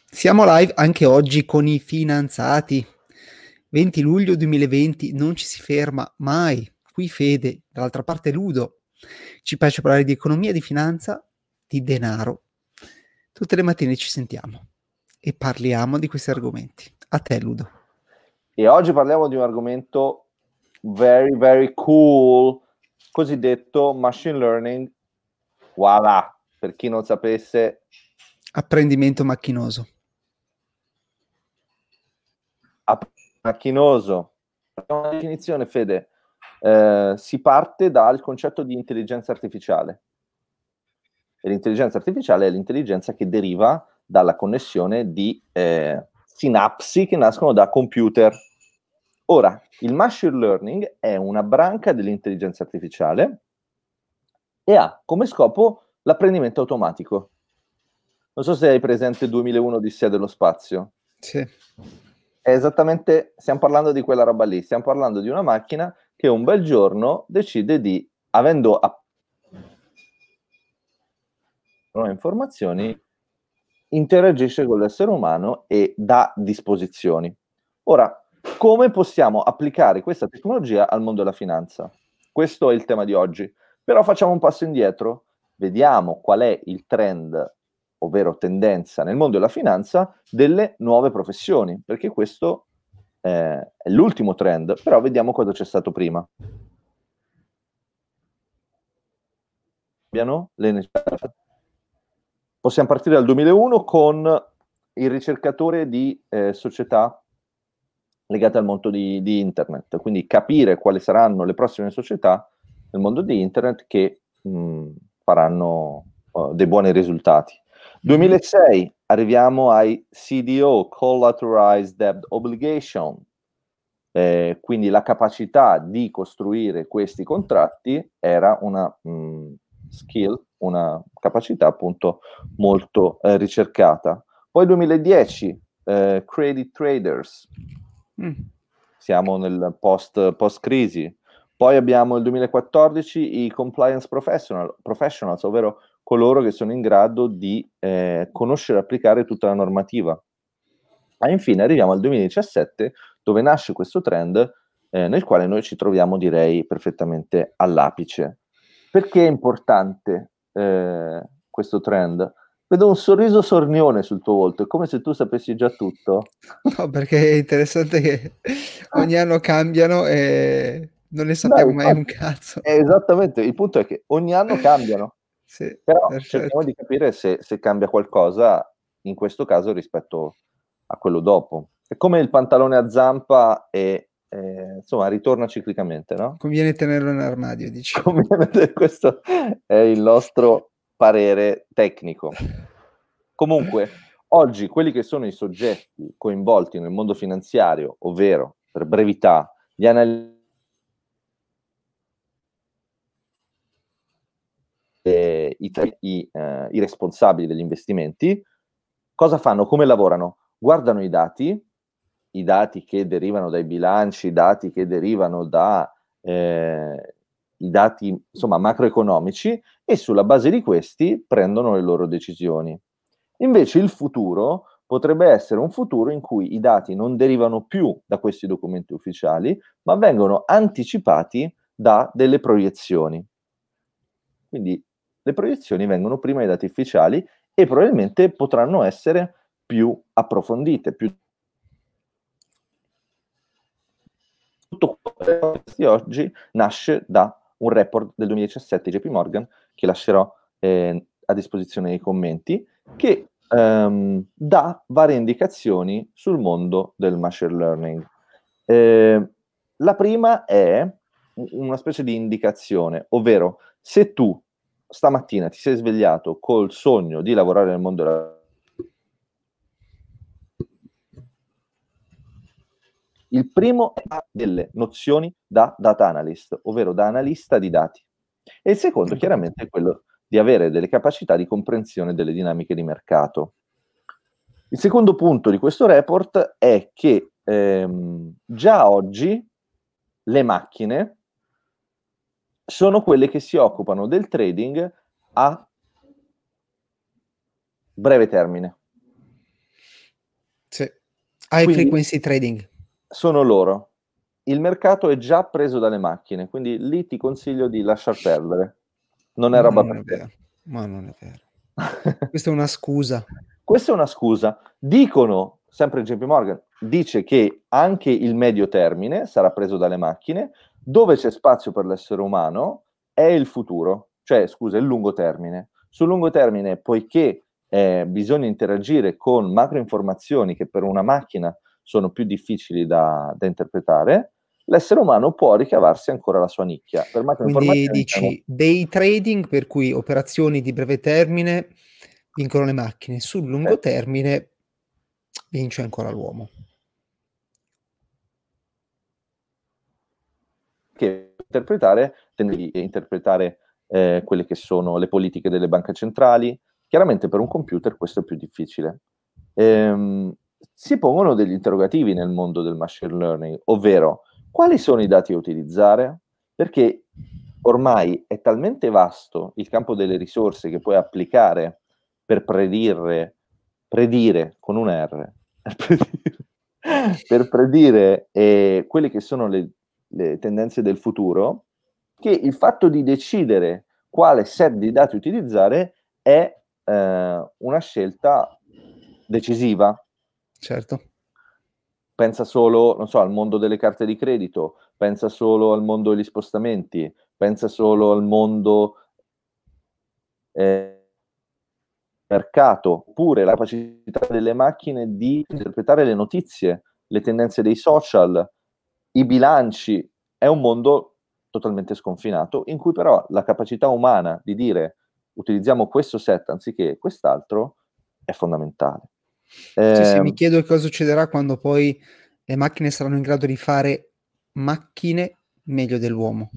Siamo live anche oggi con i finanziati. 20 luglio 2020, non ci si ferma mai. Qui Fede, dall'altra parte Ludo. Ci piace parlare di economia, di finanza, di denaro. Tutte le mattine ci sentiamo e parliamo di questi argomenti. A te Ludo. E oggi parliamo di un argomento very very cool, cosiddetto machine learning. Voilà, per chi non sapesse. Apprendimento macchinoso. Macchinoso. Una definizione, Fede. Si parte dal concetto di intelligenza artificiale. E l'intelligenza artificiale è l'intelligenza che deriva dalla connessione di sinapsi che nascono da computer. Ora, il machine learning è una branca dell'intelligenza artificiale e ha come scopo l'apprendimento automatico. Non so se hai presente 2001 Odissea dello spazio. Sì. È esattamente, stiamo parlando di quella roba lì, stiamo parlando di una macchina che un bel giorno decide di, avendo informazioni, interagisce con l'essere umano e dà disposizioni. Ora, come possiamo applicare questa tecnologia al mondo della finanza? Questo è il tema di oggi. Però facciamo un passo indietro, vediamo qual è il trend, ovvero tendenza nel mondo della finanza, delle nuove professioni, perché questo è l'ultimo trend, però vediamo cosa c'è stato prima. Le necessità. Possiamo partire dal 2001 con il ricercatore di società legate al mondo di internet, quindi capire quali saranno le prossime società nel mondo di internet che faranno dei buoni risultati. 2006 arriviamo ai CDO, Collateralized Debt Obligation, quindi la capacità di costruire questi contratti era una skill, una capacità appunto molto ricercata. Poi 2010 Credit Traders, siamo nel post crisi. Poi abbiamo il 2014 i compliance professionals, ovvero coloro che sono in grado di conoscere e applicare tutta la normativa. E infine arriviamo al 2017, dove nasce questo trend nel quale noi ci troviamo, direi, perfettamente all'apice. Perché è importante questo trend? Vedo un sorriso sornione sul tuo volto, è come se tu sapessi già tutto. No, perché è interessante che ogni anno cambiano e non ne sappiamo mai un cazzo. Esattamente, il punto è che ogni anno cambiano. Sì, Però cerchiamo perfetto. di capire se cambia qualcosa in questo caso rispetto a quello dopo. È come il pantalone a zampa e insomma ritorna ciclicamente, no? Conviene tenerlo in armadio, dici. Questo è il nostro parere tecnico. Comunque, oggi quelli che sono i soggetti coinvolti nel mondo finanziario, ovvero, per brevità, gli analisti, i responsabili degli investimenti, cosa fanno? Come lavorano? Guardano i dati che derivano dai bilanci, i dati che derivano da i dati insomma macroeconomici, e sulla base di questi prendono le loro decisioni. Invece il futuro potrebbe essere un futuro in cui i dati non derivano più da questi documenti ufficiali, ma vengono anticipati da delle proiezioni. Quindi le proiezioni vengono prima dai dati ufficiali e probabilmente potranno essere più approfondite, più tutto questo oggi nasce da un report del 2017 JP Morgan, che lascerò a disposizione nei commenti, che dà varie indicazioni sul mondo del machine learning. La prima è una specie di indicazione, ovvero se tu stamattina ti sei svegliato col sogno di lavorare nel mondo della il primo ha delle nozioni da data analyst, ovvero da analista di dati. E il secondo chiaramente è quello di avere delle capacità di comprensione delle dinamiche di mercato. Il secondo punto di questo report è che già oggi le macchine sono quelle che si occupano del trading a breve termine. High Quindi frequency trading. sono loro. Il mercato è già preso dalle macchine, quindi lì ti consiglio di lasciar perdere. Non è Ma roba non per è te. vero, ma non è vero. Questa è una scusa. Questa è una scusa. Dicono, sempre JP Morgan, dice che anche il medio termine sarà preso dalle macchine, dove c'è spazio per l'essere umano è il futuro, cioè scusa, il lungo termine. Sul lungo termine, poiché bisogna interagire con macroinformazioni che per una macchina sono più difficili da interpretare, l'essere umano può ricavarsi ancora la sua nicchia. Per Quindi macroinformazioni dici day trading, per cui operazioni di breve termine vincono le macchine, sul lungo termine vince ancora l'uomo. Che interpretare quelle che sono le politiche delle banche centrali. Chiaramente per un computer questo è più difficile. Si pongono degli interrogativi nel mondo del machine learning, ovvero quali sono i dati da utilizzare? Perché ormai è talmente vasto il campo delle risorse che puoi applicare per predire con un R, per predire quelle che sono le tendenze del futuro, che il fatto di decidere quale set di dati utilizzare è una scelta decisiva. Certo. Pensa solo, non so, al mondo delle carte di credito, pensa solo al mondo degli spostamenti, pensa solo al mondo mercato, oppure la capacità delle macchine di interpretare le notizie, le tendenze dei social, i bilanci. È un mondo totalmente sconfinato, in cui però la capacità umana di dire utilizziamo questo set anziché quest'altro è fondamentale. Sì, mi chiedo cosa succederà quando poi le macchine saranno in grado di fare macchine meglio dell'uomo.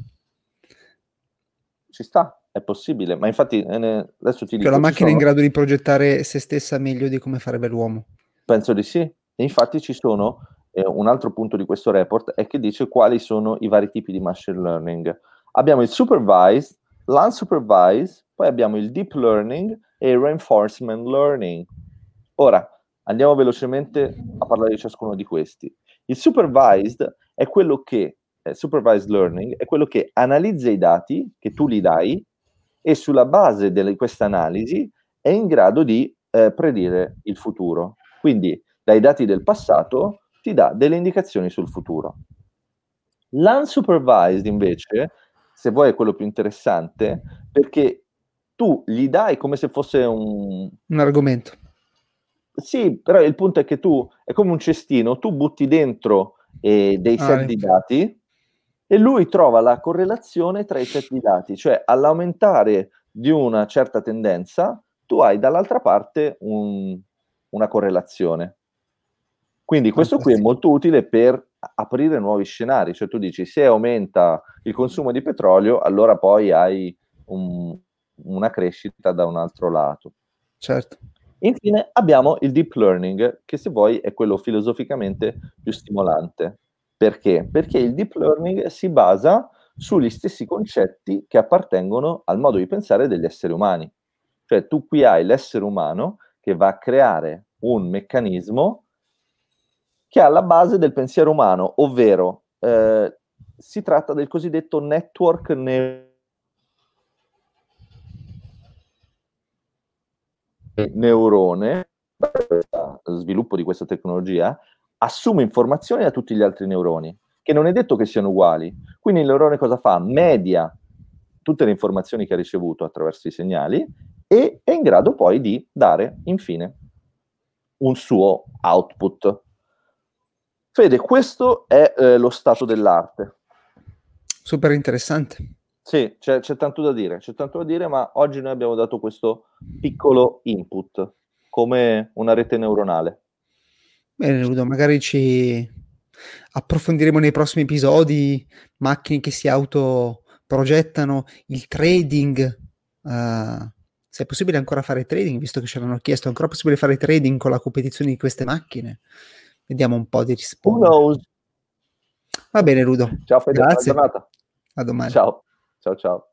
Ci sta, è possibile, ma infatti adesso ti Cioè la dico, macchina è in grado di progettare se stessa meglio di come farebbe l'uomo. penso di sì. E infatti ci sono, un altro punto di questo report è che dice quali sono i vari tipi di machine learning. Abbiamo il supervised, l'unsupervised, poi abbiamo il deep learning e il reinforcement learning. Ora, andiamo velocemente a parlare di ciascuno di questi. Il supervised è quello che, supervised learning, è quello che analizza i dati che tu gli dai e sulla base di questa analisi è in grado di predire il futuro. Quindi dai dati del passato ti dà delle indicazioni sul futuro. L'unsupervised invece, se vuoi, è quello più interessante, perché tu gli dai come se fosse un argomento. Sì, però il punto è che tu è come un cestino, tu butti dentro dei set di dati e lui trova la correlazione tra i set di dati, cioè all'aumentare di una certa tendenza tu hai dall'altra parte una correlazione. Quindi questo qui è molto utile per aprire nuovi scenari, cioè tu dici se aumenta il consumo di petrolio allora poi hai una crescita da un altro lato. Certo. Infine abbiamo il deep learning, che se vuoi è quello filosoficamente più stimolante. Perché? Perché il deep learning si basa sugli stessi concetti che appartengono al modo di pensare degli esseri umani. Cioè tu qui hai l'essere umano che va a creare un meccanismo che è alla base del pensiero umano, ovvero si tratta del cosiddetto network neurone, sviluppo di questa tecnologia, assume informazioni da tutti gli altri neuroni, che non è detto che siano uguali. Quindi il neurone cosa fa? Media tutte le informazioni che ha ricevuto attraverso i segnali e è in grado poi di dare, infine, un suo output. Fede, questo è lo stato dell'arte. Super interessante. Sì, c'è tanto da dire, ma oggi noi abbiamo dato questo piccolo input, come una rete neuronale. Bene Ludo, magari ci approfondiremo nei prossimi episodi, macchine che si autoprogettano, il trading, se è possibile ancora fare trading, visto che ce l'hanno chiesto, è ancora possibile fare trading con la competizione di queste macchine? Vediamo un po' di rispondere. Who knows? Va bene Ludo, Ciao Fede, buona grazie, giornata. a domani. Ciao, ciao ciao.